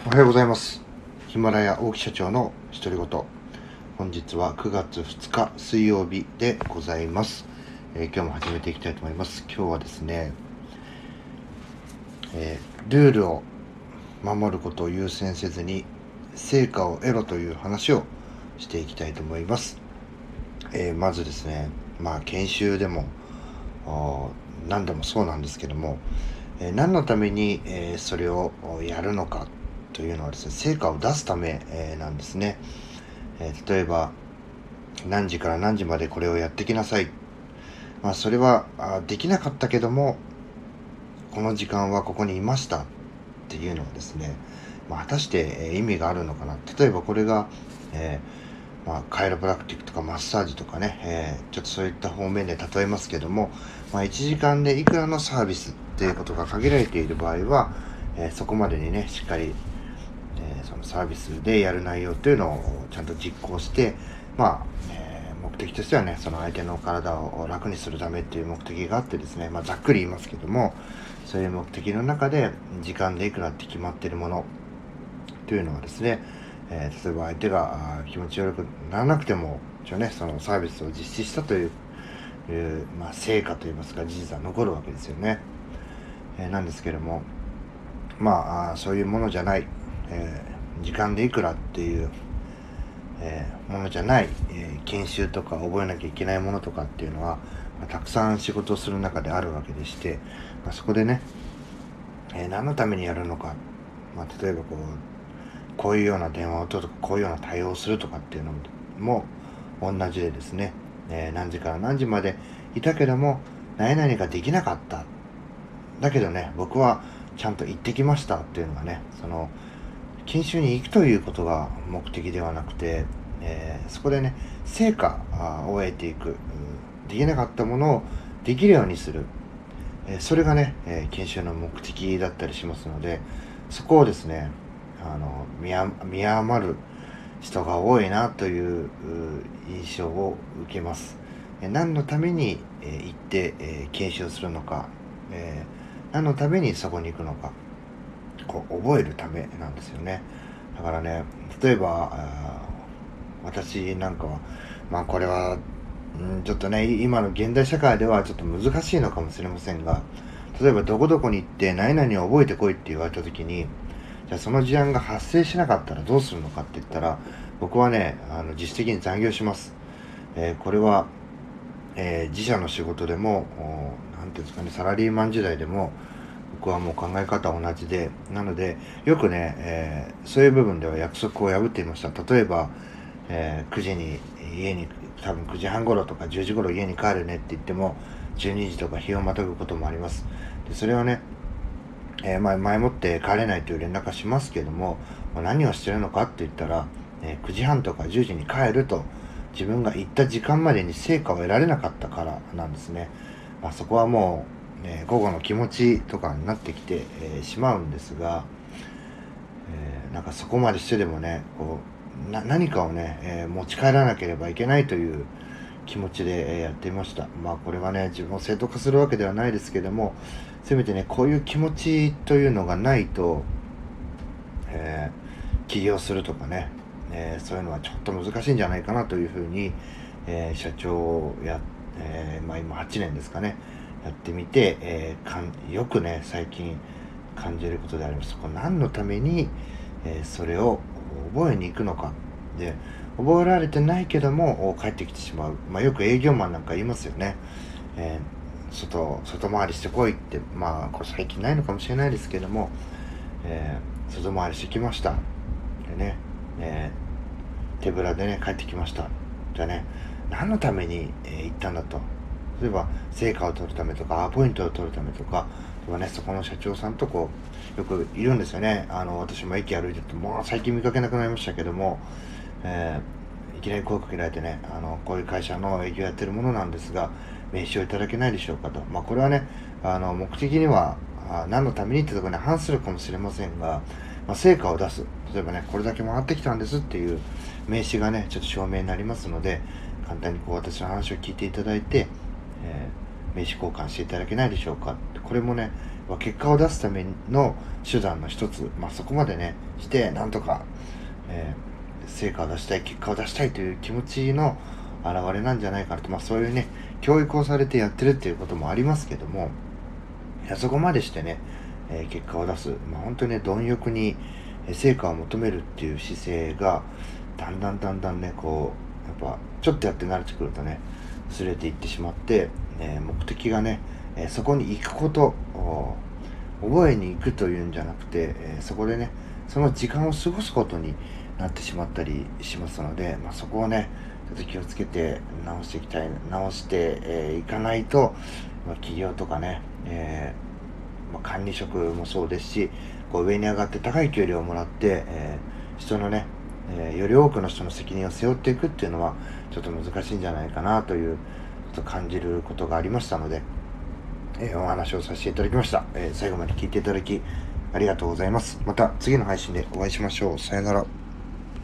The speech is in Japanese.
おはようございます。ヒマラヤ大木社長の独り言。本日は9月2日水曜日でございます。今日も始めていきたいと思います。今日はですね、ルールを守ることを優先せずに成果を得ろという話をしていきたいと思います。まずですね、研修でも何でもそうなんですけども、何のために、それをやるのかというのはですね、成果を出すため、なんですね。例えば何時から何時までこれをやってきなさい。それはできなかったけども、この時間はここにいましたっていうのはですね、果たして、意味があるのかな。例えばこれが、カイロプラクティックとかマッサージとかね、ちょっとそういった方面で例えますけども、1時間でいくらのサービスっていうことが限られている場合は、そこまでにね、しっかり、そのサービスでやる内容というのをちゃんと実行して、目的としてはね、その相手の体を楽にするためっていう目的があってですね、ざっくり言いますけども、そういう目的の中で時間でいくらって決まっているものというのはですね、例えば相手が気持ち悪くならなくても一応ね、そのサービスを実施したという、成果といいますか事実は残るわけですよね。なんですけれども、そういうものじゃない、時間でいくらっていう、ものじゃない、研修とか覚えなきゃいけないものとかっていうのは、たくさん仕事をする中であるわけでして、そこでね、何のためにやるのか、例えばこういうような電話を取るとか、こういうような対応をするとかっていうのも同じでですね、何時から何時までいたけども、何々ができなかった。だけどね、僕はちゃんと行ってきましたっていうのがね、その、研修に行くということが目的ではなくて、そこでね、成果を得ていく、できなかったものをできるようにする、それがね、研修の目的だったりしますので、そこをですね、見余る人が多いなという印象を受けます。何のために、行って、研修をするのか、何のためにそこに行くのか、覚えるためなんですよね。だからね、例えば、私なんかは、これは、ちょっとね、今の現代社会ではちょっと難しいのかもしれませんが、例えばどこどこに行って何々を覚えてこいって言われた時に、じゃあその事案が発生しなかったらどうするのかって言ったら、僕はね、自主的に残業します。これは、自社の仕事でも、なんていうんですかね、サラリーマン時代でも、僕はもう考え方は同じで、なので、よくね、そういう部分では約束を破っていました。例えば、9時に家に、多分9時半頃とか10時頃家に帰るねって言っても、12時とか日をまたぐこともあります。でそれはね、前もって帰れないという連絡はしますけども、何をしてるのかって言ったら、9時半とか10時に帰ると、自分が行った時間までに成果を得られなかったからなんですね。そこはもう、午後の気持ちとかになってきて、しまうんですが、なんかそこまでしてでもね、何かをね、持ち帰らなければいけないという気持ちで、やっていました。これはね、自分を正当化するわけではないですけども、せめてね、こういう気持ちというのがないと、起業するとかね、そういうのはちょっと難しいんじゃないかなというふうに、社長を今8年ですかね、やってみて、よくね、最近感じることであります。何のために、それを覚えに行くのか。で、覚えられてないけども、帰ってきてしまう。よく営業マンなんか言いますよね。外回りしてこいって、これ最近ないのかもしれないですけども、外回りしてきました。でね、手ぶらでね、帰ってきました。じゃあね、何のために、行ったんだと。例えば、成果を取るためとか、アポイントを取るためとか、そこの社長さんとよくいるんですよね。私も駅歩いてて、もう最近見かけなくなりましたけども、いきなり声かけられてね、こういう会社の営業やってるものなんですが、名刺をいただけないでしょうかと。これはね、目的には、何のためにってところに反するかもしれませんが、成果を出す。例えばね、これだけ回ってきたんですっていう名刺がね、ちょっと証明になりますので、簡単に私の話を聞いていただいて、名刺交換していただけないでしょうか。これもね、 結果を出すための手段の一つ、そこまでねしてなんとか、成果を出したい、結果を出したいという気持ちの表れなんじゃないかなと、そういうね教育をされてやってるっていうこともありますけども、いやそこまでしてね、結果を出す、本当にね貪欲に成果を求めるっていう姿勢がだんだんねやっぱちょっとやって慣れてくるとね薄れていってしまって、目的がね、そこに行くこと、覚えに行くというんじゃなくて、そこでねその時間を過ごすことになってしまったりしますので、そこをねちょっと気をつけて直していかないと、企業とかね、管理職もそうですし、上に上がって高い給料をもらって、人のね、より多くの人の責任を背負っていくっていうのはちょっと難しいんじゃないかなというちょっと感じることがありましたので、お話をさせていただきました。最後まで聞いていただきありがとうございます。また次の配信でお会いしましょう。さよなら。